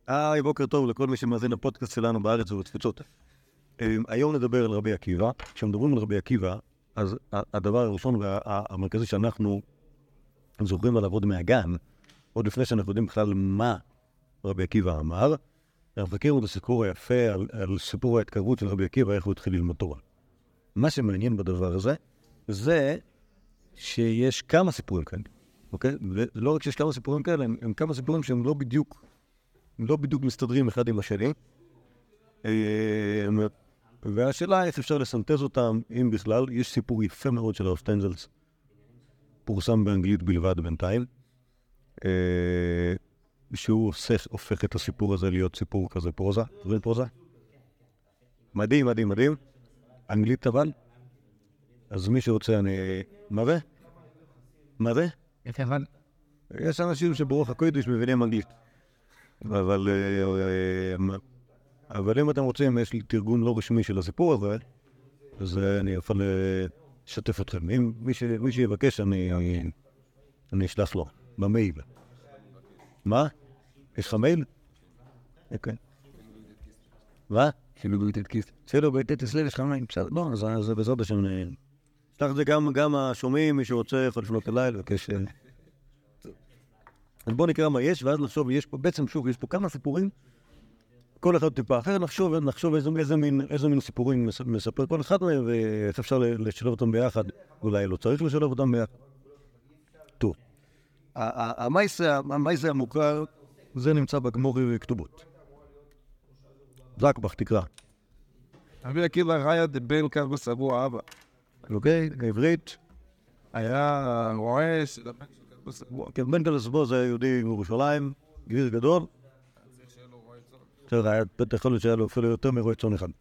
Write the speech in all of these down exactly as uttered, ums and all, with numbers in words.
היי, בוקר טוב לכל מי שמאזין לפודקאסט שלנו בארץ ובתפוצות. היום נדבר על רבי עקיבא. כשמדברים על רבי עקיבא, אז הדבר הראשון והמרכזי שאנחנו זוכרים עליו עוד מהגן, עוד לפני שאנחנו יודעים בכלל מה רבי עקיבא אמר, אנחנו מכירים את הסיפור היפה על, על סיפור ההתקרבות של רבי עקיבא, איך הוא התחיל ללמוד תורה. מה שמעניין בדבר הזה, זה שיש כמה סיפורים כאלה, אוקיי? ולא רק שיש כמה סיפורים כאלה, הם, הם כמה סיפורים שהם לא בדיוק, הם לא בדיוק מסתדרים אחד עם השני. והשאלה איך אפשר לסנטז אותם, אם בכלל. יש סיפור יפה מאוד של הרב שטיינזלץ, פורסם באנגלית בלבד בינתיים, שהוא הופך את הסיפור הזה להיות סיפור כזה פרוזה. זוכרים פרוזה? מדהים, מדהים, מדהים. אנגלית אבל. אז מי שרוצה, אני... מה זה? מה זה? אבל... יש אנשים שברוח הקודש מבינים אנגלית. אבל... אבל אם אתם רוצים, יש לי תרגון לא רשמי של הסיפור הזה, אז אני יכול לשתף אתכם. אם מי, ש... מי שיבקש, אני... אני... אני אשלח לו במייל. מה? יש לך מייל? אוקיי. מה? שלו ביתת כיס. שלו ביתת אצלי, יש לך מייל? בסדר. לא, אז זה בעזרת השם. נשלח את זה גם השומעים, מי שרוצה יכול לפנות אליי, לבקש... אז בואו נקרא מה יש, ואז נחשוב, יש פה, בעצם שוב, יש פה כמה סיפורים, כל אחד טיפה אחר, נחשוב, נחשוב איזה, איזה מין, איזה מין סיפורים מספר כל אחד מהם, ואיך אפשר לשלב אותם ביחד, אולי לא צריך לשלב אותם ביחד. טוב, המייסה המוכר, זה נמצא בגמורי וכתובות. זקבח, תקרא. רבי עקיבא ראיה דבל כך בסבוע אבא. אוקיי, בעברית. היה רואה שלבן של כך בסבוע. כן, בן כזה סבוע זה יהודי מירושלים, גביר גדול. צריך שיהיה לו רואה צון. בסדר, בטח יכול להיות שהיה לו אפילו יותר מרואה צון אחד.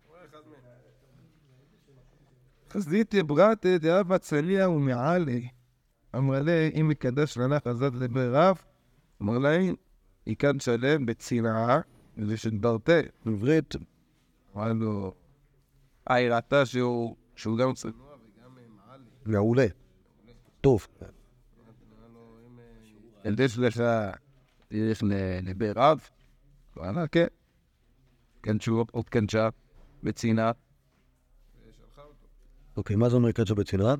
חזיתי בראתי דאבא צליה ומעלי. אמר לי, אם יקדש לנח הזאת לבר רב, אמר לי, יקד שלם בצנעה, וזה שדברתי. בעברית. אמר לו, אה, ראתה שהוא גם צנוע וגם מעלי. מעולה. טוב. ילדש לך, תלך לבר רב? אמר, כן. כן שוב, עוד כן שם, בצנעה. אוקיי, מה זה אומר קדשה בצנעה?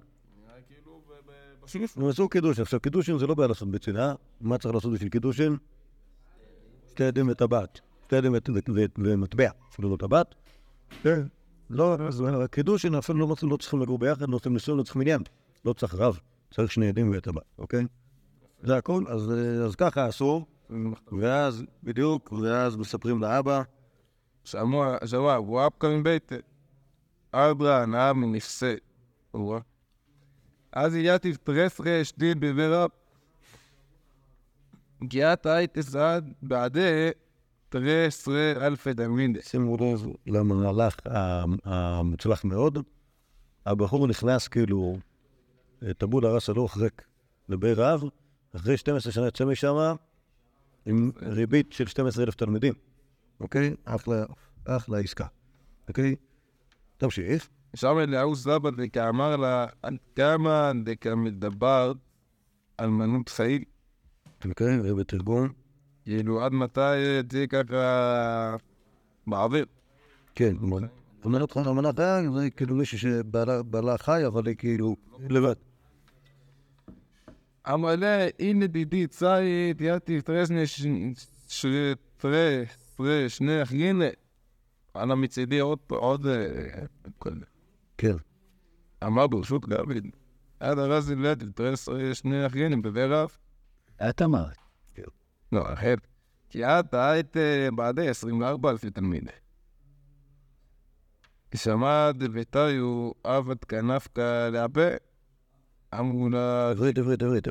נו, עשו קידושין. עכשיו, קידושין זה לא בעיה לעשות בצנעה. מה צריך לעשות בשביל קידושין? שתי עדים וטבעת. שתי עדים ומטבע. אפילו לא טבעת. כן. לא, קידושין אפילו לא צריכים לגור ביחד, לא צריכים נישואים, לא צריכים עניין. לא צריך רב. צריך שני עדים וטבעת, אוקיי? זה הכל. אז ככה עשו. ואז, בדיוק, ואז מספרים לאבא. שמוע, שמוע, הוא אב קמים בית. אברה, נאה מנכסה. הוא רואה. אז הגעתי פרס רשתית בברב. גיעת הייתי סעד בעדי תרס אלפי תלמיד. שימו לב למהלך המוצלח מאוד. הבחור נכנס כאילו, טבולה רס הלוך ריק לבר רב, אחרי שתים עשרה שנה יצא משם עם ריבית של שנים עשר אלף תלמידים. אוקיי? אחלה, אחלה עסקה. אוקיי? תמשיך. שם אליהו סבא דקאמר לה, כמה דקה מדבר על מנות חיים. אוקיי, ובתרגום. כאילו, עד מתי תהיה ככה באוויר? כן, אומרת לך, מנת חיים זה כאילו מישהו שבעלה חי, אבל היא כאילו לבד. אמר לה, הנה דידי צאי, תהייתי פרסני שרי שני אחים. אנא מצידי עוד עוד... כן. אמר ברשות גביד. עד הרזי לדי, תרס שני אחים בברב. את אמרת. לא, אחר. כי את היית בעדי עשרים וארבע אלפי תלמיד. כשמד ביתיו עבד כנפקה להפה. אמרו לה... עברית, עברית, עברית.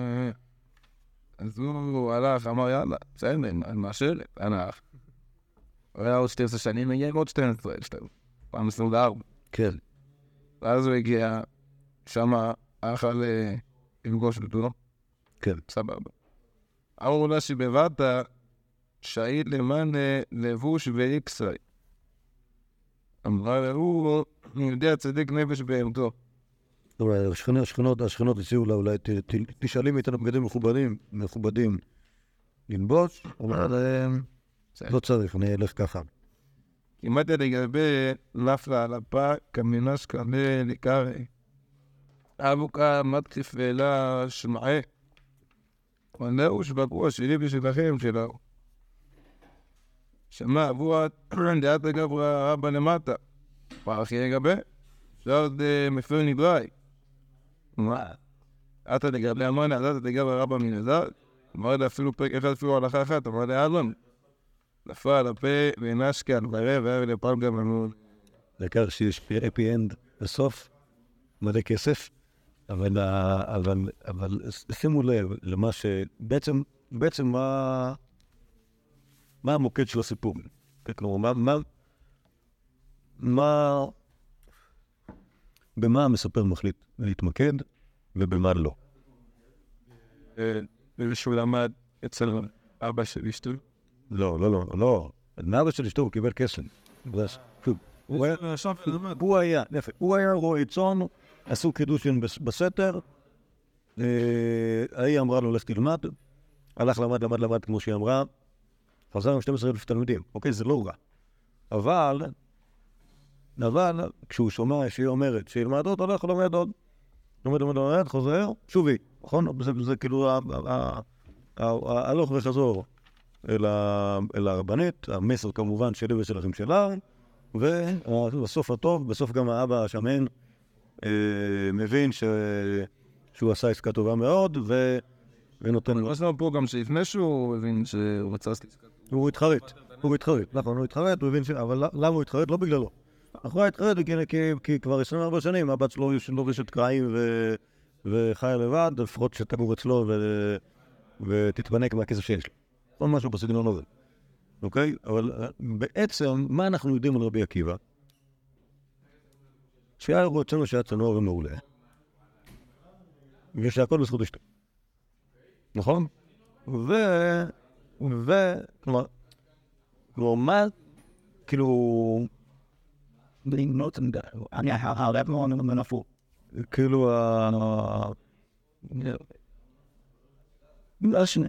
אז הוא הלך, אמר יאללה, בסדר, מאשר לי, הנח. הוא היה עוד שתים עשרה שנים, הגיע עוד שתים עשרה, פעם עשרים וארבע. כן. ואז הוא הגיע, שמה, אכל לפגוש אותו. כן. סבבה. אמרו לה שבבת שהיית למען לבוש ואיקסרי. אמרה לה, הוא יודע צדיק נפש בהמתו. השכנות, השכנות הציעו לה, אולי תשאלים איתנו בגדים מכובדים, מכובדים לנבוש, אבל לא צריך, אני אלך ככה. כמעט לגבי נפלה על הפה, כמינש כלה לקרי. אבוקה מתחיף ואלה שמעה. ונאו שבקוע שלי ושלכם שלו. שמע אבוה, דעת לגברה רבה למטה. פרחי לגבי, שעוד מפר נדרי. מה? אתה לגבי אמרנה, אתה לגבי רבה מנזר. אמר לה אפילו פרק אחד, אפילו הלכה אחת, אמר לה אלון. נפל על הפה ונשקה על ברב, ועבר לפעם גם אמון. בעיקר שיש אפי אנד בסוף, מלא כסף, אבל, אבל, אבל שימו לב למה ש... בעצם, בעצם מה... מה המוקד של הסיפור? כלומר, מה... מה... מה... במה המספר מחליט להתמקד ובמה לא? ולשהו למד אצל אבא של אשתו? לא, לא, לא, לא. מאבא של אשתו הוא קיבל כסף. הוא היה, יפה, הוא היה רועה צאן, עשו קידושין בסתר, היא אמרה לו, לך תלמד, הלך למד, למד, למד, כמו שהיא אמרה, חזר עם שנים עשר אלף תלמידים, אוקיי, זה לא רע. אבל, אבל, כשהוא שומע שהיא אומרת, שילמד עוד, הולך, לומד עוד, לומד, לומד, לומד, חוזר, שובי, נכון? זה כאילו הלוך וחזור אל הרבנית, המסר כמובן שלי ושלכם שלה, ובסוף הטוב, בסוף גם האבא השמן מבין שהוא עשה עסקה טובה מאוד, ונותן לו... יש לנו פה גם שלפני שהוא הבין שהוא רצה עסקה טובה. הוא התחרט, הוא התחרט, נכון, הוא התחרט, הוא הבין ש... אבל למה הוא התחרט? לא בגללו. אחרי התחרט, כי כבר עשרים וארבע שנים, הבת שלו לובשת קרעים וחיה לבד, לפחות שתגור אצלו ותתפנק מהכסף שיש לו. עוד משהו בסגנון הזה. אוקיי? אבל בעצם, מה אנחנו יודעים על רבי עקיבא? שהיה רוצנו שהיה צנוע ומעולה, ושהכל בזכות אשתו. נכון? ו... ו... כלומר, כלומר, מה... כאילו... אני הרבה מאוד מנפור. כאילו, ה... לא שני.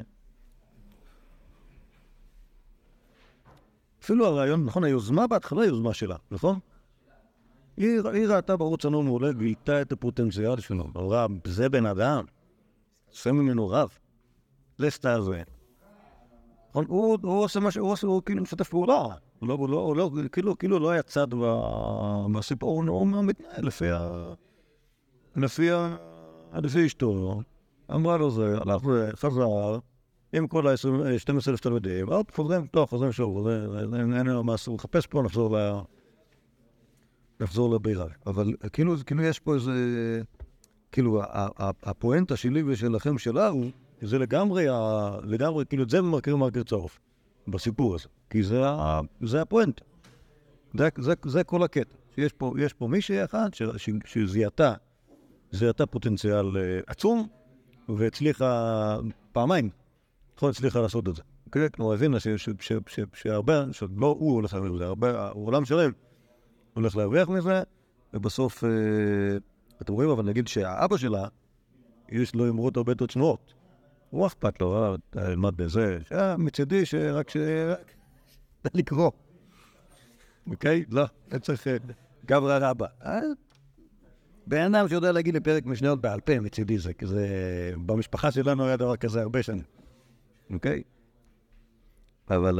אפילו הרעיון, נכון, היוזמה בהתחלה היא יוזמה שלה, נכון? היא, היא ראתה ברור צנוע מעולה, גילתה את הפוטנציאל שלו. אמרה, זה בן אדם, עושה ממנו רב. זה סטייל זה. נכון? הוא, הוא עושה מה שהוא עושה, הוא כאילו משתף פעולה. הוא לא, הוא לא, הוא לא, כאילו, כאילו לא היה צד בסיפור, הוא מתנהל לפי ה... לפי ה... לפי אשתו. אמרה לו זה, הלך וחזר, עם כל ה-שנים עשר אלף תלמידים, עוד חוזרים, טוב, חוזרים שוב, אין לנו מה אסור לחפש פה, נחזור ל... נחזור לבירה. אבל כאילו, כאילו יש פה איזה... כאילו, הפואנטה שלי ושלכם שלנו, זה לגמרי, לגמרי, כאילו, זה מרקר מרקר צרוף, בסיפור הזה. כי זה, זה הפואנטה. זה, זה, זה כל הקטע. שיש פה, יש פה מישהי אחד שזיהתה, זיהתה פוטנציאל עצום, והצליחה פעמיים, נכון, הצליחה לעשות את זה. אוקיי? כמו הבינה שהרבה, שלא הוא הולך להרוויח מזה, הרבה, העולם שלהם הולך להרוויח מזה, ובסוף, אתם רואים, אבל נגיד שהאבא שלה, יש לו אמרות הרבה יותר צנועות. הוא אכפת לו, תלמד בזה, מצדי שרק ש... לקרוא. אוקיי? לא, אני צריך גברא רבא. בן אדם שיודע להגיד לפרק משניות בעל פה, מצדי זה, כי זה... במשפחה שלנו היה דבר כזה הרבה שנים. אוקיי? אבל...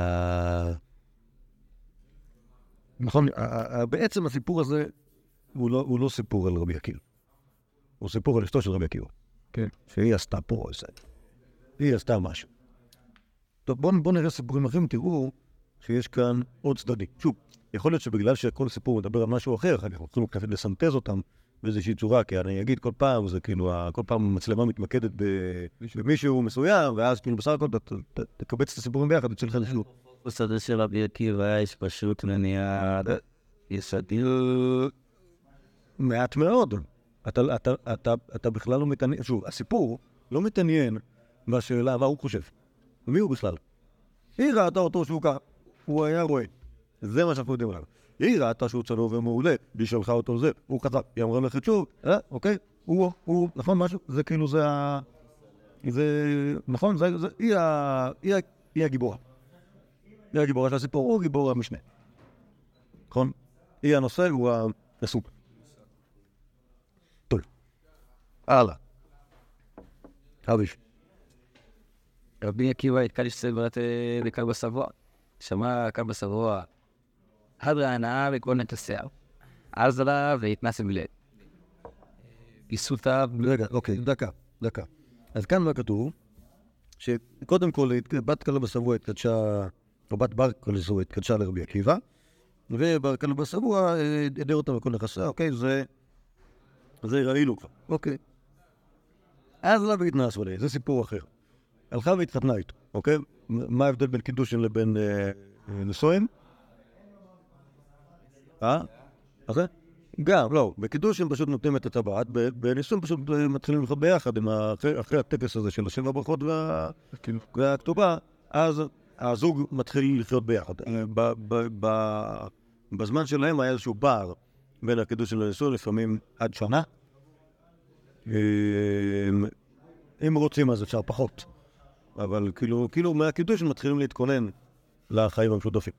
נכון, בעצם הסיפור הזה הוא לא סיפור על רבי עקיבא. הוא סיפור על אשתו של רבי עקיבא. כן. שהיא עשתה פה איזה. היא עשתה משהו. טוב, בואו בוא נראה סיפורים אחרים, תראו שיש כאן עוד צדדים. שוב, יכול להיות שבגלל שכל סיפור מדבר על משהו אחר, אנחנו יכולים לסנטז אותם באיזושהי צורה, כי אני אגיד כל פעם, זה כאילו, כל פעם המצלמה מתמקדת במישהו מסוים, ואז כאילו בסך הכל תקבץ את הסיפורים ביחד, ותשאל לך איזשהו. בסדר של רבי עקיבא יש פשוט מניעה יסודית. מעט מאוד. אתה, אתה, אתה, אתה בכלל לא מתעניין, שוב, הסיפור לא מתעניין בשאלה, מה הוא חושב. ומי הוא בכלל? היא ראתה אותו שהוא ככה, הוא היה רואה. זה מה שאנחנו יודעים עליו. היא ראתה שהוא צנוע ומעולה, והיא שלחה אותו לזה, הוא חזק, היא אמרה לך שוב, אה, אוקיי, הוא, הוא, נכון, משהו, זה כאילו, זה ה... זה, נכון, זה, זה, היא ה... היא ה... היא הגיבורה. היא הגיבורה של הסיפור, הוא גיבור המשנה. נכון? היא הנושא, הוא הנשוא. טוב. הלאה. אביש. רבי עקיבא התקל שסברת לקל בסבוע. שמע קל בסבוע. הדרה הנאה וקרון את השיער. אז עליו והתנס בלד. גיסותיו... רגע, אוקיי, דקה, דקה. אז כאן מה כתוב? שקודם כל, בת כלה בסבוע התקדשה, או בת בר כלה בסבוע התקדשה לרבי עקיבא, ובר כלה בסבוע הדר אותה בכל נכסה, אוקיי, זה... זה ראינו כבר, אוקיי. אז עליו והתנס בלד, זה סיפור אחר. הלכה והתחתנה איתו, אוקיי? מה ההבדל בין קידושין לבין נשואים? אה? אחרי? גם, לא. בקידושין פשוט נותנים את הטבעת, בנישואים פשוט מתחילים לחיות ביחד אחרי הטקס הזה של השבע ברכות והכתובה, אז הזוג מתחיל לחיות ביחד. בזמן שלהם היה איזשהו פער בין הקידושין לנישואים, לפעמים עד שנה. אם רוצים אז אפשר פחות. אבל כאילו, כאילו מהקידושין מתחילים להתכונן לחיים המשותפים.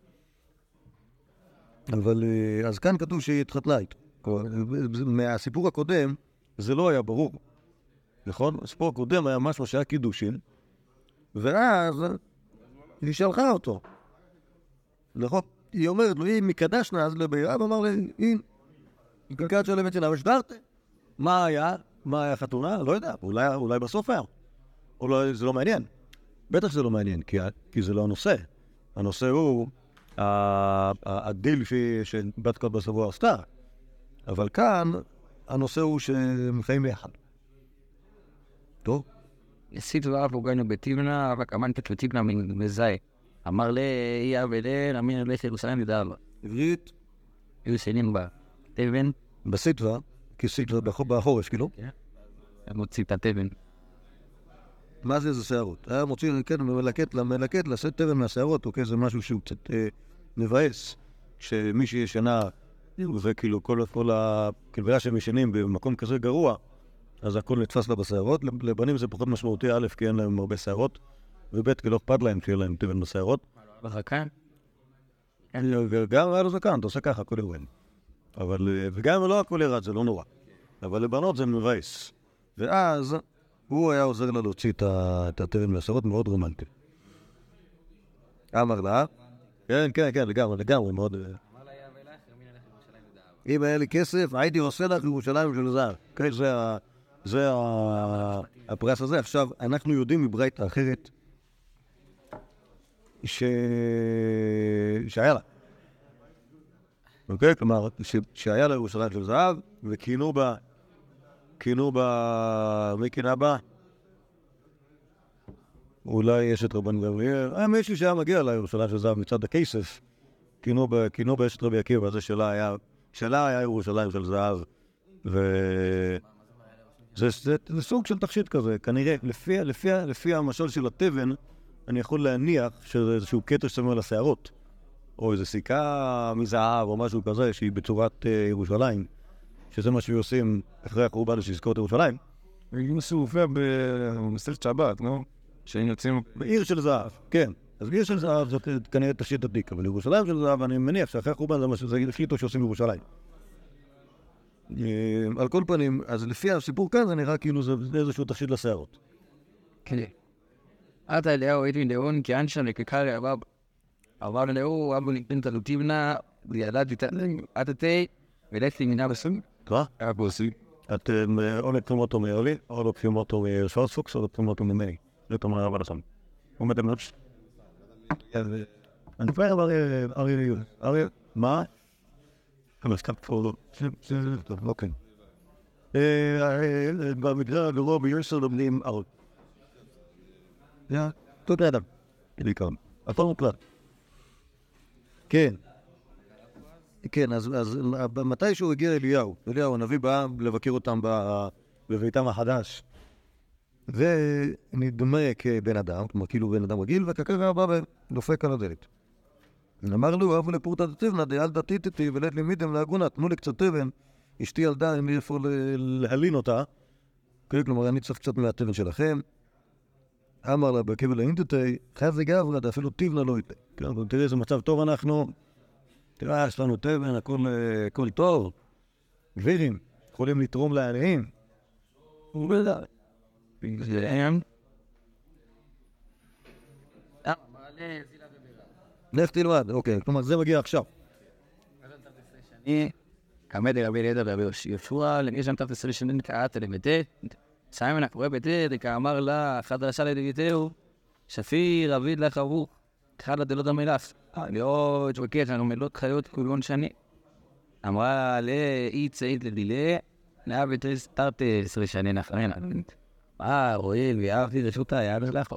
אבל אז כאן כתוב שהיא התחתנה איתו. מהסיפור הקודם זה לא היה ברור. נכון? הסיפור הקודם היה משהו שהיה קידושין, ואז היא שלחה אותו. נכון? היא אומרת לו, היא מקדשנה אז לבירה, ואמר לה, הנה, היא קלקלת של אמת שלה, ושדרת. מה היה? מה היה חתונה? לא יודע. אולי, אולי בסוף היה. אולי זה לא מעניין. בטח שזה לא מעניין, כי, כי זה לא הנושא. הנושא הוא הדיל שבת כלה בסבוע עשתה. אבל כאן הנושא הוא שהם חיים ביחד. טוב? נסיד ואף הוגענו בתיבנה, רק אמנת בתיבנה מזהה. אמר לה, אי אבלן, אמין הלך ירושלים לדעה לו. עברית? היו שנים בה. תבן. בסיטווה, כי סיטווה בחורש, כאילו? כן. הם מוצאים את התבן. מה זה איזה שערות? היה מוציא, כן, מלקט, מלקט, לעשות תבן מהשערות, אוקיי, זה משהו שהוא קצת אה, מבאס, שמישהי ישנה, וכאילו כל, כל הכלביה שהם ישנים במקום כזה גרוע, אז הכל נתפס לה בשערות. לבנים זה פחות משמעותי, א', כי אין להם הרבה שערות, וב', כי לא אכפת להם שיהיה להם תבן בשערות. בחכן? וגם היה לו זקן, אתה עושה ככה, הכל ירד. אבל, וגם אם לא הכל ירד, זה לא נורא. אבל לבנות זה מבאס. ואז הוא היה עוזר לה להוציא את התבן מהשערות, מאוד רומנטי. אמר לה, כן, כן, כן, לגמרי, לגמרי, מאוד... אם היה לי כסף, הייתי עושה לך ירושלים של זהב. כן, זה, זה הפרס הזה. עכשיו, אנחנו יודעים מברייתא אחרת ש... שהיה לה. אוקיי? כלומר, ש... שהיה לה ירושלים של זהב, וכינו בה... כינו בה... מי כינה בה? אולי יש את רבן גמליאל. היה מישהו שהיה מגיע לירושלים של זהב מצד הכסף. כינו בה... כינו בה יש את רבי עקיבא, זה שלה היה... שלה היה ירושלים של זהב, ו... זה, זה, זה סוג של תכשיט כזה, כנראה, לפי, לפי, לפי המשל של התבן, אני יכול להניח שזה איזשהו קטע ששמים על השערות, או איזו סיכה מזהב או משהו כזה, שהיא בצורת uh, ירושלים, שזה מה שעושים אחרי החורבן שיזכור את ירושלים. זה מופיע במסכת שבת, לא? שהם יוצאים... בעיר של זהב, כן. אז עיר של זהב זאת כנראה תכשיט עתיק, אבל ירושלים של זהב, אני מניח שאחרי החורבן זה מה שזה החליטו שעושים ירושלים. על כל פנים, אז לפי הסיפור כאן זה נראה כאילו זה איזשהו תכשיט לשערות. כן. עתה אליהו הייתי נאון כי אנשן לקקה לעבב. עבר אליהו, אבו נקטין תלותיבנה, וידעת ותתלם, עתה תה, ולכתי מינה בסום. מה? אבו עשי. אתם או לוקחים אותו מאולי, או לוקחים אותו משוורצפוקס, או לוקחים אותו ממני. זה אותו מהרבה לשם. הוא מדבר נפש. אני כבר אריה, אריה, אריה, מה? אבל סתם פה, טוב, אוקיי. במקרה הגרוע ביוסר לומדים ארוד. זה תודה אדם. בעיקר. הכל מוקלט. כן. כן, אז מתי שהוא הגיע אליהו, אליהו הנביא בא לבקר אותם בביתם החדש. ונדמה כבן אדם, כלומר כאילו בן אדם רגיל, וככה בא ודופק על הדלת. אמר לו, אבו לפורתא דתיבנא דילדא תיתתי ולית לימידם להגונה, תנו לי קצת תבן, אשתי ילדה, אין לי איפה להלין אותה, כלומר אני צריך קצת מהתבן שלכם. אמר לה בקיבל האינטוטי, חייב זה גברה, אפילו טיבנה לא איתה. תראה איזה מצב טוב אנחנו, תראה, יש לנו תבן, הכל טוב, גבירים, יכולים לתרום לעניים. ובלעד. בגללם. לך תלמד, אוקיי, כלומר זה מגיע עכשיו. אני, כמד רבי אליעזר ורבי יהושע, למי שם תפס ראשונים קראת למתת, סיימן הקורא בתת, כאמר לה, אחד רשע לדביתהו, שפיר, אביד לך ארוך, אחד לדלות המלאך. לא התווכח לנו מלות חיות כולון שני. אמרה לאי צעית לדילה, נאה ותריס תרתי עשרה שנים אחרינה. מה, רואי, ואהבתי רשותה, יעד לך.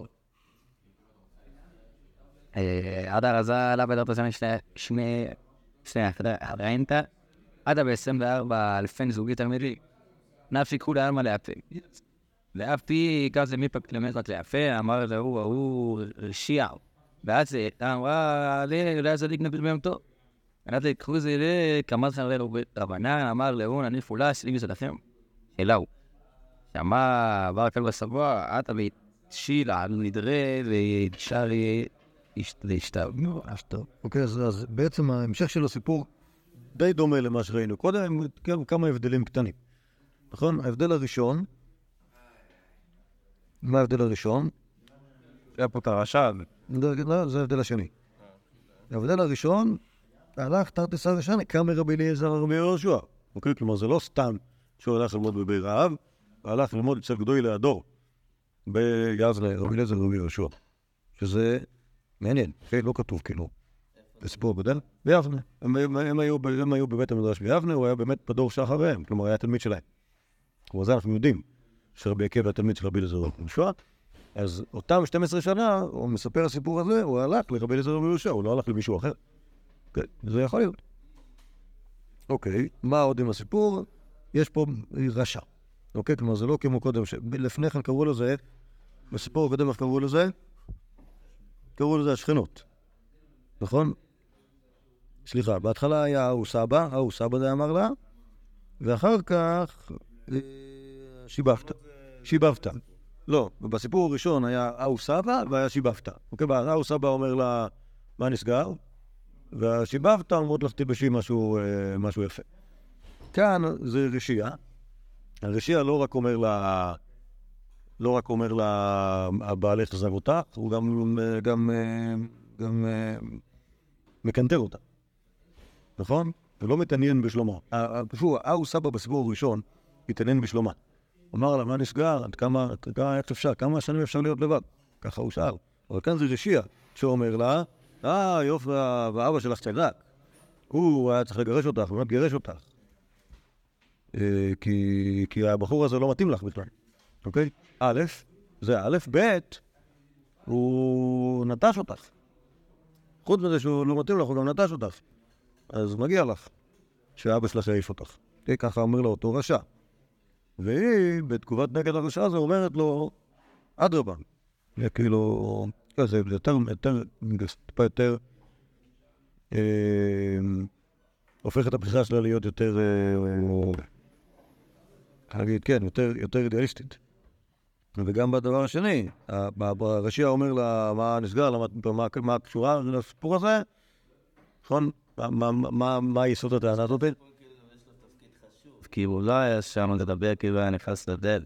עד הרזה עלה בדרת השני שני, שני הרעינתה, עד ב-עשרים וארבע אלפי זוגי תלמידי. נפשי כולה אלמה להפה. להפי, כך זה מיפק למטרת להפה, אמר להוא, ההוא רשיע. ואז זה, אמרה, לי, אולי זה לגנב בהם טוב. עד לקחו זה לכמת חברי רבנן, אמר להוא, אני פולה, סליגי שלכם. אלאו. שאמר, בר כל בסבוע, עתה שילה, נדרה, וישר להשתב. אוקיי, אז בעצם ההמשך של הסיפור די דומה למה שראינו. קודם, כמה הבדלים קטנים. נכון? ההבדל הראשון, מה ההבדל הראשון? היה פה את הרשע. לא, זה ההבדל השני. ההבדל הראשון, הלך תרתי עשרה שנה, קם רבי אליעזר רבי יהושע. אוקיי, כלומר, זה לא סתם שהוא הלך ללמוד בבית רעב, הוא הלך ללמוד אצל גדוי להדור ביבנה, רבי אליעזר רבי יהושע. שזה מעניין, לא כתוב כאילו. זה סיפור גדול? ביבנה. הם היו בבית המדרש ביבנה, הוא היה באמת בדור שאחריהם, כלומר, היה תלמיד שלהם. וזה אנחנו יודעים שרבי עקיבא התלמיד של רבי אליעזר רבי יהושע. אז אותם שתים עשרה שנה, הוא מספר הסיפור הזה, הוא הלך לרבי אליעזר רבי יהושע, הוא לא הלך למישהו אחר. זה יכול להיות. אוקיי, מה עוד עם הסיפור? יש פה רשע. אוקיי, כלומר, זה לא כמו קודם, לפני כן קראו לזה, בסיפור הקודם איך קראו לזה? קראו לזה השכנות. נכון? סליחה, בהתחלה היה הוא סבא, הוא סבא זה אמר לה, ואחר כך שיבבת. שיבבת. לא, בסיפור הראשון היה הוא סבא והיה שיבבת. אוקיי, הוא סבא אומר לה, מה נסגר? והשיבבת אומרות לך תלבשי משהו, משהו יפה. כאן זה רשיע. הרשיע לא רק אומר לה, לא רק אומר לה, הבעלך עזב אותך, הוא גם, גם, גם מקנטר אותה. נכון? ולא מתעניין בשלומה. פשוט, הוא סבא בסיפור הראשון, התעניין בשלומה. הוא אמר לה, מה נסגר? עד כמה, איך אפשר? כמה שנים אפשר להיות לבד? ככה הוא שאל. אבל כאן זה רשיע, שאומר לה, אה, יופי, ואבא שלך צדק. הוא היה צריך לגרש אותך, הוא באמת גירש אותך. כי, כי הבחור הזה לא מתאים לך בכלל. אוקיי? א', זה א', ב', הוא נטש אותך. חוץ מזה שהוא לא מתאים לך, הוא גם נטש אותך. אז מגיע לך שאבא שלך יעיף אותך. ככה אומר לו אותו רשע. והיא, בתגובת נגד הרשע הזה, אומרת לו, אדרבה. כאילו, זה יותר, יותר, טיפה יותר, הופך את הבחירה שלה להיות יותר, נגיד, כן, יותר אידיאליסטית. וגם בדבר השני, הרשע אומר לה, מה נסגר, מה קשורה לסיפור הזה? נכון? מה היסוד הטענה הזאת? כי אולי היה שם לדבר כאילו היה נכנס לדל.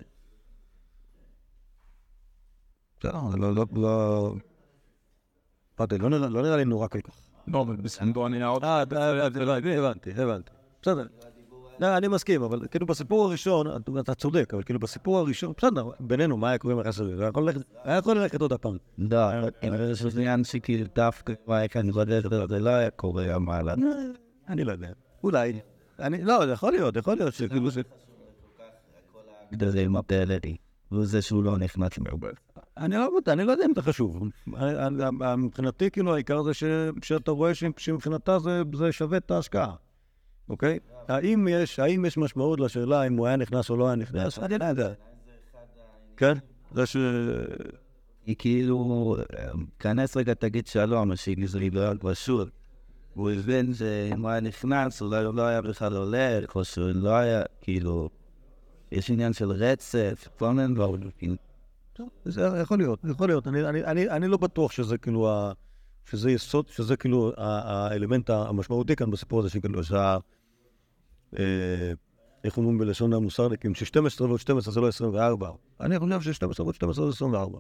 לא, לא, לא, לא... פאטי, לא נראה לי נורא כל כך. לא, אבל בסנדו אני נעוד... אה, הבנתי, הבנתי. בסדר. לא, אני מסכים, אבל כאילו בסיפור הראשון, אתה צודק, אבל כאילו בסיפור הראשון, בסדר, בינינו, מה היה קורה עם החסר הזה? היה יכול ללכת עוד הפעם. לא, זה עניין שכאילו דווקא, אני לא יודע, זה לא היה קורה המעלה. אני לא יודע. אולי. לא, זה יכול להיות, יכול להיות שכאילו זה... זה עם הפלדי, וזה שהוא לא נכנס מעובר. אני לא יודע, אני לא יודע אם זה חשוב. מבחינתי, כאילו, העיקר זה שאתה רואה שמבחינתה זה שווה את ההשקעה. אוקיי? האם יש, האם יש משמעות לשאלה אם הוא היה נכנס או לא היה נכנס? אני לא יודע. כן? זה ש... היא כאילו, כנס רגע תגיד שלום, שהיא לא פשוט. הוא הבין שאם הוא היה נכנס, אולי הוא לא היה בכלל הולך, או שהוא לא היה, כאילו, יש עניין של רצף, כל מיני דברים. זה יכול להיות, יכול להיות. אני, אני, אני, אני לא בטוח שזה כאילו, ה, שזה יסוד, שזה כאילו האלמנט המשמעותי כאן בסיפור הזה, שכאילו, שה... אה, איך אומרים בלשון המוסרניקים, ש-שתים עשרה ועוד שתים עשרה זה לא עשרים וארבע. אני חושב ש-שתים עשרה ועוד שתים עשרה זה עשרים וארבע.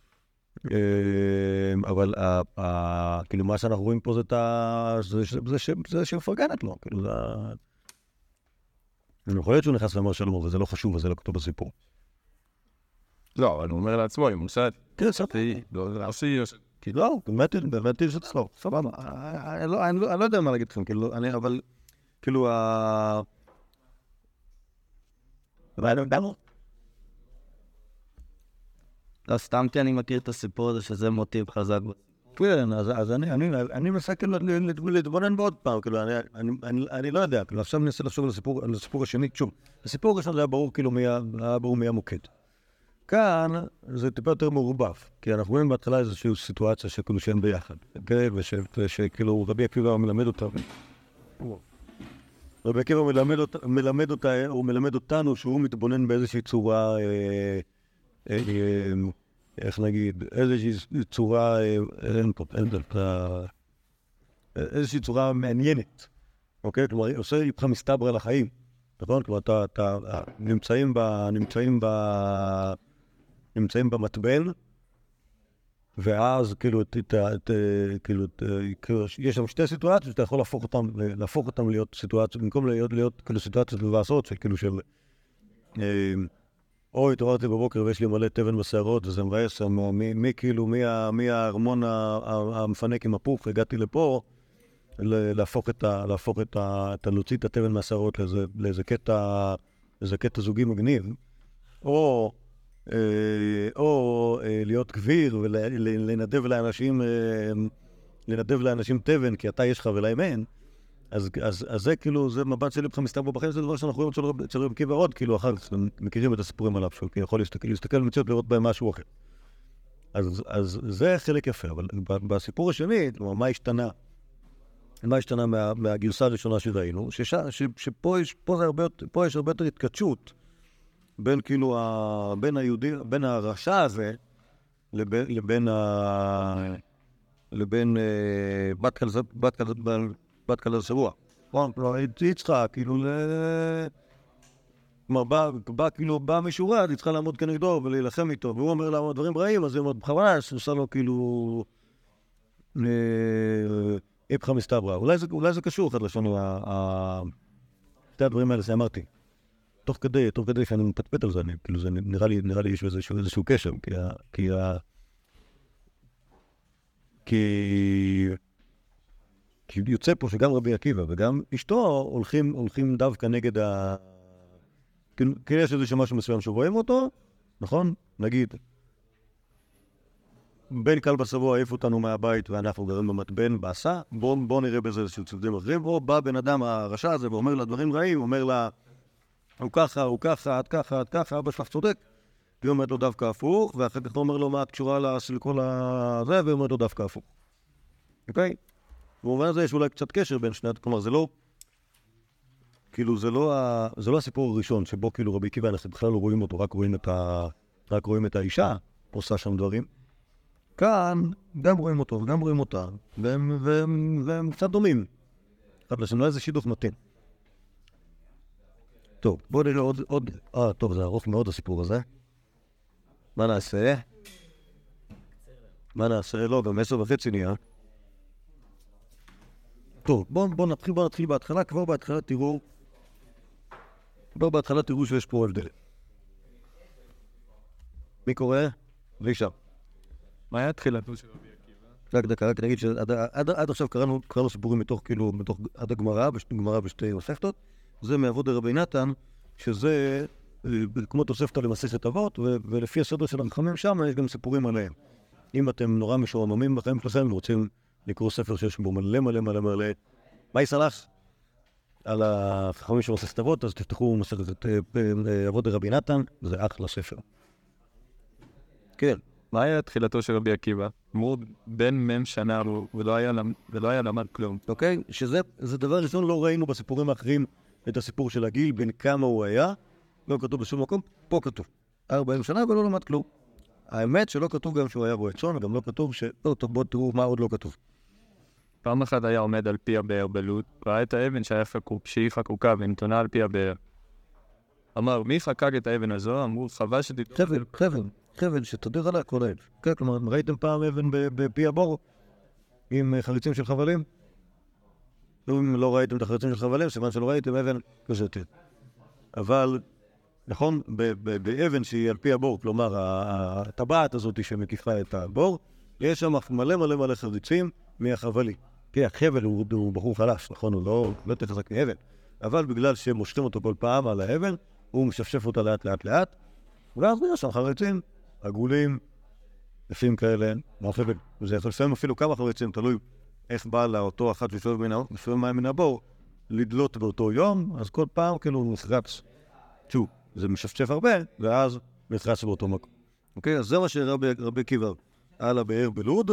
אבל כאילו מה שאנחנו רואים פה זה שמפרגנת לו, כאילו זה... יכול להיות שהוא נכנס ואמר שלום, וזה לא חשוב, וזה לא כתוב בסיפור. לא, אבל הוא אומר לעצמו, אם הוא עושה... כן, סבתי. כי לא, באמת יש אצלו, סבבה. אני לא יודע מה להגיד לכם, אבל כאילו ה... לא, סתם כי אני מכיר את הסיפור הזה שזה מוטיב חזק. כן, אז אני מנסה כאילו להתבונן בעוד פעם, כאילו, אני לא יודע, כאילו, עכשיו אני אנסה לחשוב על הסיפור השני, שוב, הסיפור הראשון זה היה ברור כאילו מי המוקד. כאן זה טיפה יותר מעורבב, כי אנחנו רואים בהתחלה איזושהי סיטואציה שכאילו שהם ביחד, ושכאילו רבי עקיבא מלמד אותם. רבי עקיבא מלמד אותה, הוא מלמד אותנו שהוא מתבונן באיזושהי צורה, איך נגיד, איזושהי צורה, איזושהי צורה מעניינת, אוקיי? כלומר, עושה איתך מסתבר על החיים, נכון? כלומר, אתה נמצאים ב... נמצאים ב... נמצאים במטבן, ואז כאילו, יש שם שתי סיטואציות שאתה יכול להפוך אותם, להפוך אותם להיות סיטואציות, במקום להיות כאילו סיטואציות מבאסות, שכאילו של... אוי, התעוררתי בבוקר ויש לי מלא תבן בשערות, וזה מבאס, מי כאילו, מי הארמון המפנק עם הפוך, הגעתי לפה, להפוך את ה... להפוך את ה... להוציא את התבן מהשערות לאיזה קטע, לאיזה קטע זוגי מגניב, או... או להיות גביר ולנדב לאנשים, לנדב לאנשים תבן, כי אתה יש לך ולהם אין, אז זה כאילו, זה מבט שלי בכלל מסתבר בחיים, זה דבר שאנחנו רואים אצל רבי עקיבא עוד, כאילו אחר כך מכירים את הסיפורים עליו, שהוא יכול להסתכל במציאות לראות בהם משהו אחר. אז זה חלק יפה, אבל בסיפור השני, מה השתנה? מה השתנה מהגרסה הראשונה שראינו? שפה יש הרבה יותר התקדשות, בין כאילו, ה... בין היהודי, בין הרשע הזה, לבין, לבין ה... לבין בת כלזה, בת כלזה, בת כלזה שבוע. היא צריכה, כאילו, ל... כלומר, בא, בא, כאילו, בא מישהו רע, היא צריכה לעמוד כנגדו ולהילחם איתו, והוא אומר לה דברים רעים, אז היא אומרת, בכוונה, עושה לו כאילו... איפכא מסתברא. אולי זה, אולי זה קשור אחד לשון, שתי הדברים האלה שאמרתי. תוך כדי, תוך כדי שאני מפטפט על זה, אני, כאילו זה נראה לי, נראה לי יש איזשהו, איזשהו קשר, כי ה... כי ה... כי... כי יוצא פה שגם רבי עקיבא וגם אשתו הולכים, הולכים דווקא נגד ה... כאילו, כאילו יש איזשהו משהו מסוים שרואים אותו, נכון? נגיד, בן כלבא שבוע העיף אותנו מהבית ואנחנו גרים במטבן, בעשה, בואו בוא נראה בזה איזשהו צדדים אחרים, או בא בן אדם הרשע הזה ואומר לה דברים רעים, אומר לה, הוא ככה, הוא ככה, עד ככה, עד ככה, אבא שלך צודק. והיא אומרת לו דווקא הפוך, ואחר כך הוא אומר לו מה את קשורה לכל הזה, והיא אומרת לו דווקא הפוך. אוקיי? במובן הזה יש אולי קצת קשר בין שני... כלומר, זה לא... כאילו, זה לא, ה... זה לא הסיפור הראשון, שבו כאילו רבי עקיבא, אנחנו בכלל לא רואים אותו, רק רואים את, ה... רק רואים את האישה, עושה שם דברים. כאן גם רואים אותו וגם רואים אותה, והם, והם, והם קצת דומים. אחד לשני, איזה שידוך מתאים. טוב, בואו נראה עוד, עוד... אה, טוב, זה ארוך מאוד הסיפור הזה. מה נעשה? מה נעשה? לא, גם עשר וחצי נהיה. טוב, בואו בוא נתחיל, בואו נתחיל בהתחלה, כבר בהתחלה תראו... כבר בהתחלה תראו שיש פה הבדל. מי קורא? וישר. מה היה תחילתו של רבי עקיבא? רק דקה, רק נגיד שעד עד, עד עכשיו קראנו, קראנו סיפורים מתוך, כאילו, מתוך עד הגמרא, גמרא בשתי מסכתות. זה מעבוד דרבי נתן, שזה כמו תוספתא למסכת אבות, ולפי הסדר של החכמים שם יש גם סיפורים עליהם. אם אתם נורא משועממים בחיים שלכם ורוצים לקרוא ספר שיש בו מלא מלא מלא מלא מה יסלח על החכמים של מסכת אבות, אז תפתחו מסכת אבות דרבי נתן, זה אחלה ספר. כן. מה היה תחילתו של רבי עקיבא? אמרו בן מם שנה ולא היה למד כלום. אוקיי? שזה דבר ראשון, לא ראינו בסיפורים האחרים את הסיפור של הגיל, בין כמה הוא היה, לא כתוב בשום מקום, פה כתוב. ארבעים שנה ולא למד כלום. האמת שלא כתוב גם שהוא היה רועה צאן, וגם לא כתוב ש... לא, טוב, בואו תראו מה עוד לא כתוב. פעם אחת היה עומד על פי הבאר בלוד, ראה את האבן שהיה חקוק, שהיא חקוקה ונתונה על פי הבאר. אמר, מי חקק את האבן הזו? אמרו, חבל שתדעו... חבל, חבל, חבל שתדיר עליה כל האבן. כן, כלומר, ראיתם פעם אבן בפי הבור עם חריצים של חבלים? אם לא ראיתם את החריצים של חבלים, סימן שלא ראיתם אבן כזאת. אבל, נכון, באבן שהיא על פי הבור, כלומר, הטבעת הזאת שמקיפה את הבור, יש שם מלא מלא מלא חריצים מהחבלים. כי החבל הוא בחור חלש, נכון? הוא לא יותר חזק מאבן. אבל בגלל שמושכים אותו כל פעם על האבן, הוא משפשף אותה לאט לאט לאט, ואז יש שם חריצים, עגולים, יפים כאלה, מהחבל. וזה יכול לפעמים אפילו כמה חריצים, תלוי איך בא לאותו אחד ששואב מים מן הבור, לדלות באותו יום, אז כל פעם כאילו הוא נחרץ. שוב, זה משפשף הרבה, ואז נחרץ באותו מקום. אוקיי? אז זה מה שרבי עקיבא על הבאר בלוד,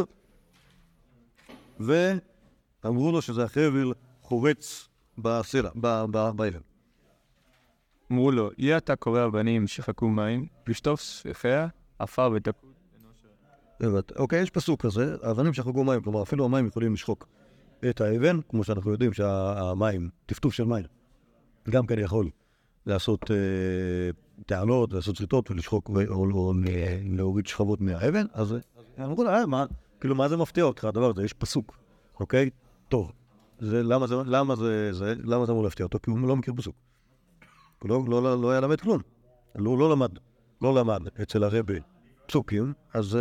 ואמרו לו שזה החבל חורץ בסלע, באבן. אמרו לו, יהיה אתה קורא אבנים שחקו מים, לשטוף ספיחיה, עפר ותקוד. אוקיי, יש פסוק כזה, האבנים שחקו מים, כלומר אפילו המים יכולים לשחוק את האבן, כמו שאנחנו יודעים שהמים, טפטוף של מים, גם כן יכול לעשות טענות, לעשות שריטות ולשחוק או להוריד שכבות מהאבן, אז אמרו לה, כאילו מה זה מפתיע אותך הדבר הזה, יש פסוק, אוקיי? טוב, למה זה למה זה אמור להפתיע אותו? כי הוא לא מכיר פסוק. הוא לא היה למד כלום. הוא לא למד, לא למד אצל הרבי פסוקים, אז...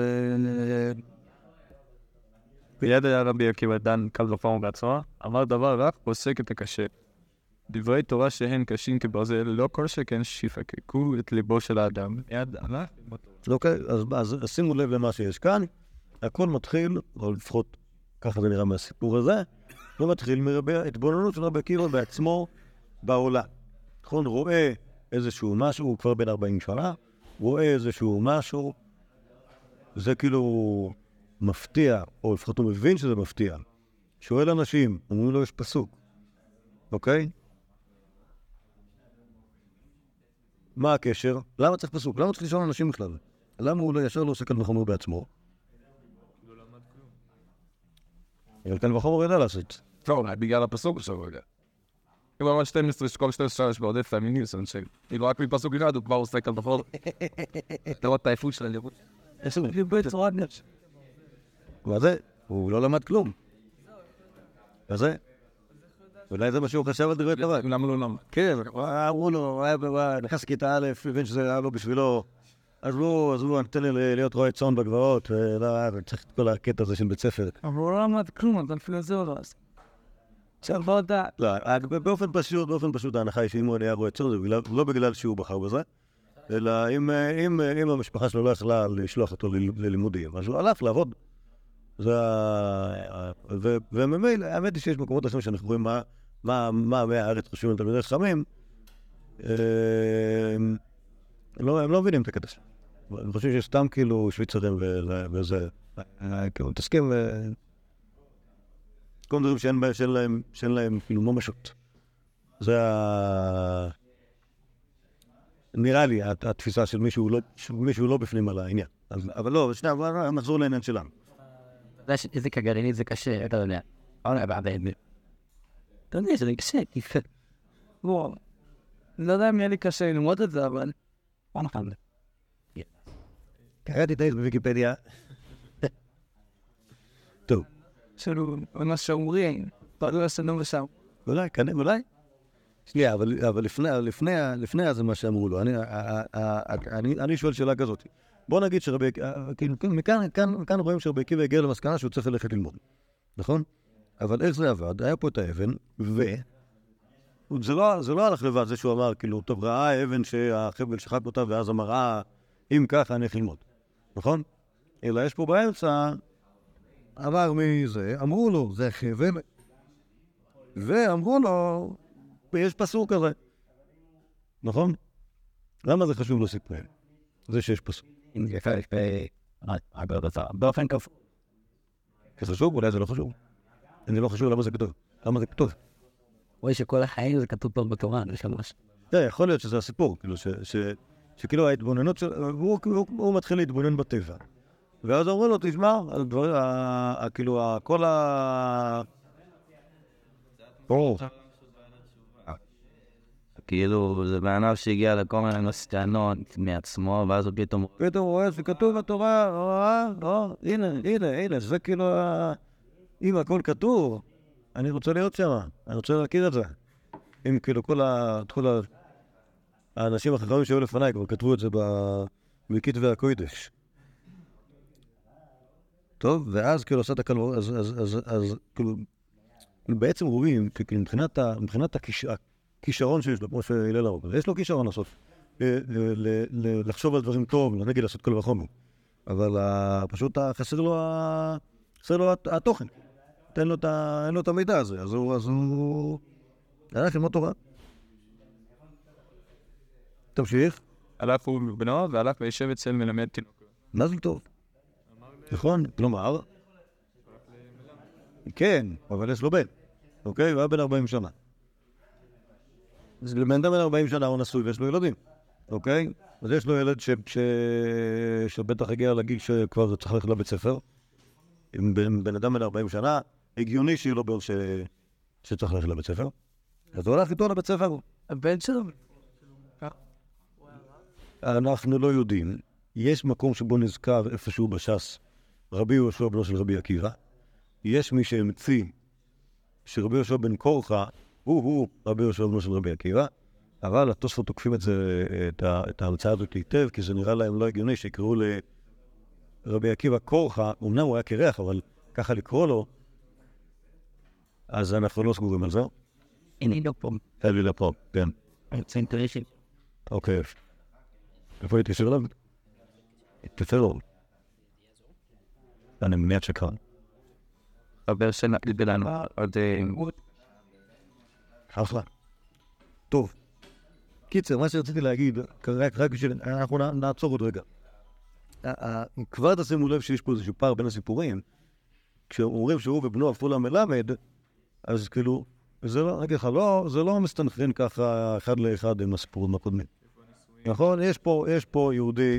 ביד היה רבי עקיבא דן קל וחומר בעצמו, אמר דבר רק פוסק את הקשה. דברי תורה שהן קשים כברזל, לא כל שכן שיפקקו את ליבו של האדם. מיד עלה. אוקיי, אז שימו לב למה שיש כאן. הכל מתחיל, או לפחות ככה זה נראה מהסיפור הזה, זה מתחיל מהתבוננות של רבי עקיבא בעצמו בעולם. נכון, רואה איזשהו משהו, הוא כבר בן ארבעים שנה, רואה איזשהו משהו, זה כאילו מפתיע, או לפחות הוא מבין שזה מפתיע. שואל אנשים, אומרים לו יש פסוק, אוקיי? מה הקשר? למה צריך פסוק? למה צריך לשאול אנשים בכלל? למה הוא לא ישר לא עושה כאן וחומר בעצמו? לא למד כלום. אבל כאן וחומר ידע לעשות. טוב, בגלל הפסוק עכשיו רגע. אם הוא אמר שתים עשרה, כל שתים עשרה יש בעודף פמיניוס, אני חושב. כאילו רק מפסוק אחד הוא כבר עושה כאן וחומר. אתה רואה את האיפות של הלימוד. איזה בצורה נפש. מה זה? הוא לא למד כלום. מה זה? אולי זה מה שהוא חשב על דברי תורה. למה לא למד? כן, אמרו לו, הוא היה נכנס לכיתה א', הבין שזה היה לו בשבילו. אז לא, אז הוא נתן לי להיות רועה צאן בגבעות, וצריך את כל הקטע הזה של בית ספר. אבל הוא לא למד כלום, אתה אפילו זה לא עושה. עכשיו בוא דעת. לא, באופן פשוט, באופן פשוט ההנחה היא שאם הוא היה רועה צאן, זה לא בגלל שהוא בחר בזה, אלא אם המשפחה שלו לא יכלה לשלוח אותו ללימודים, אז הוא הלך לעבוד. וממילא, האמת היא שיש מקומות אחרים שאנחנו רואים מה מהארץ חושבים על תלמידי חכמים, הם לא מבינים את הקטע שלהם. אני חושב שיש סתם כאילו שוויצרים וזה, כאילו מתעסקים כל דברים שאין להם כאילו ממשות. זה נראה לי התפיסה של מישהו לא בפנים על העניין. אבל לא, שנייה, נחזור לעניין שלנו. אתה יודע שפיזיקה גרעינית זה קשה, אתה יודע. אולי בעדיין. אתה יודע שזה קשה, כי... וואו. לא יודע אם יהיה לי קשה ללמוד את זה, אבל... בוא נחם זה. קראתי טקסט בוויקיפדיה. טוב. שלו, מה שאומרים, פעלו לסנו ושם. אולי, כנראה, אולי. שנייה, אבל לפני זה מה שאמרו לו, אני שואל שאלה כזאת. בוא נגיד שרבי, מכאן רואים שרבי עקיבא הגיע למסקנה שהוא צריך ללכת ללמוד, נכון? אבל איך זה עבד? היה פה את האבן, וזה לא הלך לבד, זה שהוא אמר, כאילו, טוב, ראה אבן שהחבל שחק אותה, ואז אמר, אה, אם ככה אני איך ללמוד, נכון? אלא יש פה באמצע, אמר מי זה, אמרו לו, זה חבל, ואמרו לו, יש פסוק כזה, נכון? למה זה חשוב להוסיף להם? זה שיש פסוק. אם זה יפה, באופן כפול. זה חשוב? אולי זה לא חשוב. אני לא חשוב למה זה כתוב. למה זה כתוב? רואה שכל החיים זה כתוב פה בתורה, יש ממש. יכול להיות שזה הסיפור, כאילו שכאילו ההתבוננות של... הוא, הוא, הוא מתחיל להתבונן בטבע. ואז אומרים לו, תשמע, הדבר, ה, ה, כאילו, ה, כל ה... ברור. כאילו, זה בענב שהגיע לכל מיני מסקנות מעצמו, ואז הוא פתאום... פתאום הוא רואה שכתוב בתורה, אה, אה, הנה, הנה, הנה, זה כאילו, ה... אם הכל כתוב, אני רוצה להיות שם, אני רוצה להכיר את זה. אם כאילו כל ה... כל ה... האנשים החכמים שהיו לפניי כבר כתבו את זה בכתבי הקודש. טוב, ואז כאילו עשה את הכלבור, אז, אז, אז, אז כאילו, בעצם רואים, כאילו, מבחינת, ה, מבחינת הכיש, הכישרון שיש לו, כמו שהילל הרוב, יש לו כישרון לעשות, ל, ל, ל, ל, לחשוב על דברים טוב, נגיד לעשות כל וחומר, אבל ה, פשוט חסר לו, ה, חסר לו התוכן, תן לו, ה, אין לו את המידע הזה, אז הוא, אז הוא, הלך ללמוד תורה. תמשיך. הלך הוא בנו והלך וישב אצל מלמד תינוקות. מזל טוב. נכון, כלומר, כן, אבל יש לו בן, אוקיי? הוא היה בן ארבעים שנה. אז לבן אדם בן ארבעים שנה הוא נשוי ויש לו ילדים, אוקיי? אז יש לו ילד ש... ש... שבטח הגיע לגיל שכבר צריך ללכת לבית ספר. עם בן, בן אדם בן ארבעים שנה, הגיוני שיהיה לו בן ש... שצריך ללכת לבית ספר. אז הוא הלך איתו לבית ספר. הבן שלו? אנחנו לא יודעים. יש מקום שבו נזכר איפשהו בש"ס רבי יהושע בנו של רבי עקיבא. יש מי שהמציא שרבי יהושע בן קורחה הוא-הוא רבי יהושע בנו של רבי עקיבא, אבל התוספות תוקפים את זה, את, ה, את ההמצאה הזאת היטב, כי זה נראה להם לא הגיוני שיקראו לרבי עקיבא קורחה, אמנם הוא היה קרח, אבל ככה לקרוא לו, אז אנחנו לא סגורים על זה. אין לי לא פה. אין לי לא פה, כן. זה אינטרסים. אוקיי. איפה הייתי שיר עליו? תפרו. אני מניח שכאן. חבר שנקליט בלנו עוד... אחלה. טוב. קיצר, מה שרציתי להגיד, רק רק בשביל... אנחנו נעצור עוד רגע. כבר תשימו לב שיש פה איזשהו פער בין הסיפורים. כשאומרים שהוא ובנו הפכו למלמד, אז כאילו, זה לא, רק לך, לא, זה לא מסתנכרן ככה אחד לאחד עם הסיפורים הקודמים. נכון? יש פה, יש פה יהודי,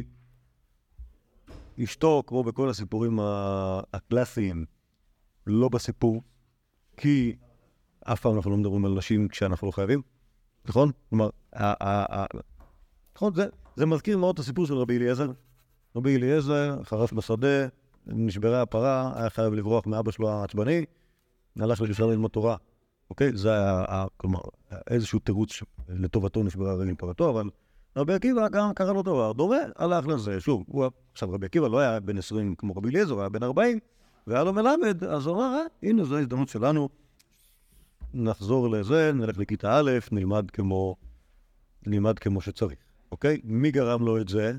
אשתו, כמו בכל הסיפורים הקלאסיים, לא בסיפור, כי אף פעם אנחנו לא מדברים על נשים כשאנחנו לא חייבים, נכון? כלומר, נכון, זה, זה מזכיר מאוד את הסיפור של רבי אליעזר. רבי אליעזר חרש בשדה, נשברה הפרה, היה חייב לברוח מאבא שלו העצבני, הלך לירושלים ללמוד תורה. אוקיי? זה היה, כלומר, איזשהו תירוץ לטובתו נשברה רגל פרתו, אבל רבי עקיבא גם קרא לו דבר דומה, הלך לזה. שוב, הוא, עכשיו רבי עקיבא לא היה בן עשרים כמו רבי אליעזר, הוא היה בן ארבעים, והיה לו מלמד, אז הוא אמר, אה, הנה, זו ההזדמנות שלנו, נחזור לזה, נלך לכיתה א', נלמד כמו, נלמד כמו שצריך, אוקיי? מי גרם לו את זה?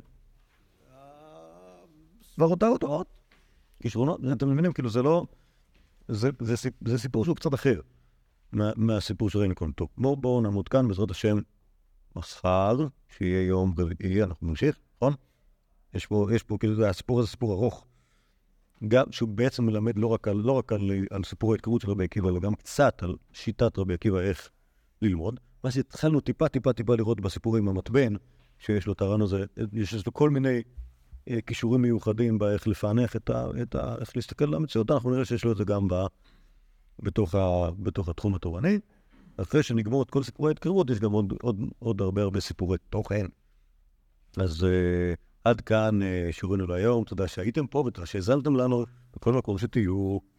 סברותיו הטובות. כישרונות, אתם מבינים, כאילו זה לא, זה, זה, זה, זה סיפור שהוא קצת אחר מה, מהסיפור שראינו כאן. טוב, בואו בוא נעמוד כאן, בעזרת השם, מחר, שיהיה יום רביעי, אנחנו נמשיך, נכון? יש פה, יש פה, כאילו, הסיפור הזה סיפור ארוך. גם שהוא בעצם מלמד לא רק על, לא רק על, על סיפור ההתקרבות של רבי עקיבא, אלא גם קצת על שיטת רבי עקיבא איך ללמוד. מה שהתחלנו טיפה, טיפה, טיפה לראות בסיפורים המתבן, שיש לו את הרעיון הזה, יש לו כל מיני אה, קישורים מיוחדים באיך לפענח את ה, את ה, איך להסתכל על המציאות. אנחנו נראה שיש לו את זה גם ב, בתוך, ה, בתוך התחום התורני. אחרי שנגמור את כל סיפורי ההתקרבות, יש גם עוד, עוד, עוד הרבה הרבה סיפורי תוכן. אז uh, עד כאן uh, שיעורנו להיום, תודה שהייתם פה ותודה שהזלתם לנו בכל מקום שתהיו.